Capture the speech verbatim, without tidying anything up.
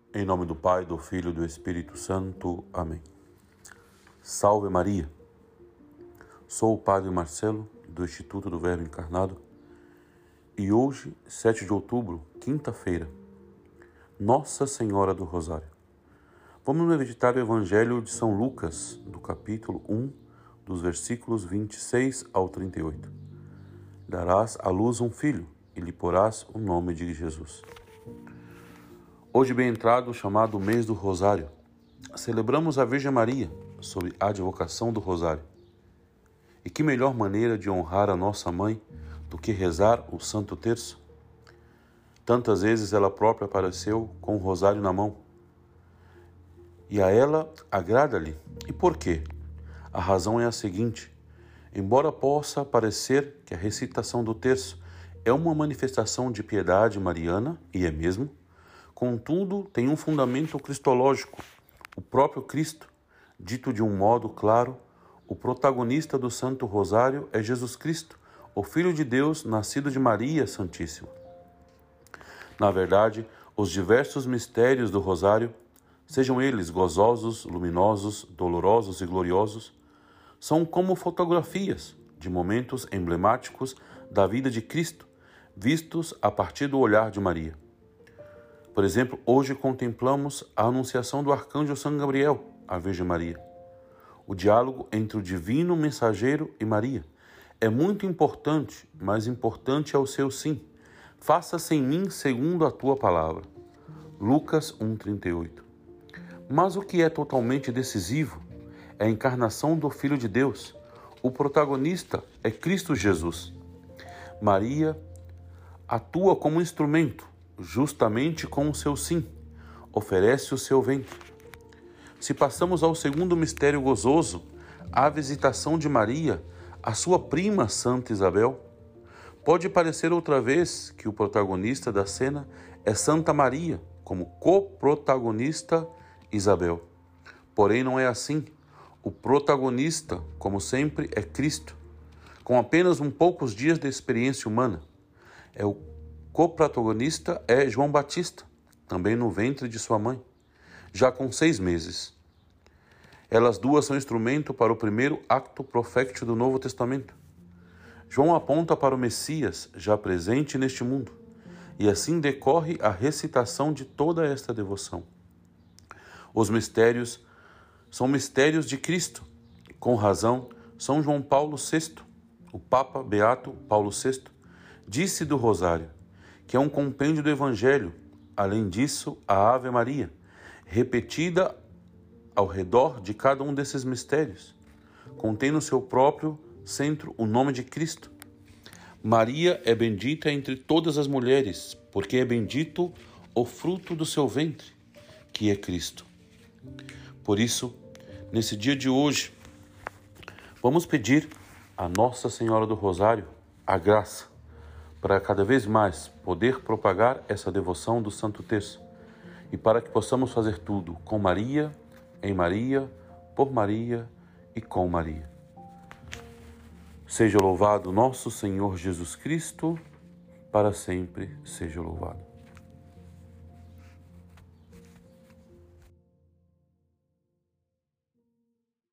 Em nome do Pai, do Filho e do Espírito Santo. Amém. Salve Maria! Sou o Padre Marcelo, do Instituto do Verbo Encarnado, e hoje, sete de outubro, quinta-feira, Nossa Senhora do Rosário. Vamos meditar o Evangelho de São Lucas, do capítulo um, dos versículos vinte e seis ao trinta e oito. Darás à luz um filho, e lhe porás o nome de Jesus. Hoje, bem entrado, chamado mês do Rosário, celebramos a Virgem Maria sob a advocação do Rosário. E que melhor maneira de honrar a nossa Mãe do que rezar o Santo Terço? Tantas vezes ela própria apareceu com o Rosário na mão. E a ela agrada-lhe. E por quê? A razão é a seguinte: embora possa parecer que a recitação do terço é uma manifestação de piedade mariana, e é mesmo, contudo, tem um fundamento cristológico. O próprio Cristo, dito de um modo claro, o protagonista do Santo Rosário é Jesus Cristo, o Filho de Deus, nascido de Maria Santíssima. Na verdade, os diversos mistérios do Rosário, sejam eles gozosos, luminosos, dolorosos e gloriosos, são como fotografias de momentos emblemáticos da vida de Cristo, vistos a partir do olhar de Maria. Por exemplo, hoje contemplamos a anunciação do arcanjo São Gabriel à Virgem Maria. O diálogo entre o divino mensageiro e Maria é muito importante, mas importante é o seu sim. Faça-se em mim segundo a tua palavra. Lucas um, trinta e oito. Mas o que é totalmente decisivo é a encarnação do Filho de Deus. O protagonista é Cristo Jesus. Maria atua como instrumento, justamente com o seu sim, oferece o seu ventre. Se passamos ao segundo mistério gozoso, a visitação de Maria, a sua prima Santa Isabel, pode parecer outra vez que o protagonista da cena é Santa Maria, como coprotagonista Isabel. Porém, não é assim. O protagonista, como sempre, é Cristo, com apenas um poucos dias de experiência humana. É o coprotagonista é João Batista, também no ventre de sua mãe, já com seis meses. Elas duas são instrumento para o primeiro acto profético do Novo Testamento. João aponta para o Messias já presente neste mundo, e assim decorre a recitação de toda esta devoção. Os mistérios são mistérios de Cristo. Com razão, São João Paulo sexto, o Papa Beato Paulo sexto, disse do Rosário, que é um compêndio do Evangelho, além disso, a Ave Maria, repetida ao redor de cada um desses mistérios, contém no seu próprio centro o nome de Cristo. Maria é bendita entre todas as mulheres, porque é bendito o fruto do seu ventre, que é Cristo. Por isso, nesse dia de hoje, vamos pedir a Nossa Senhora do Rosário a graça para cada vez mais poder propagar essa devoção do Santo Terço e para que possamos fazer tudo com Maria, em Maria, por Maria e com Maria. Seja louvado nosso Senhor Jesus Cristo, para sempre seja louvado.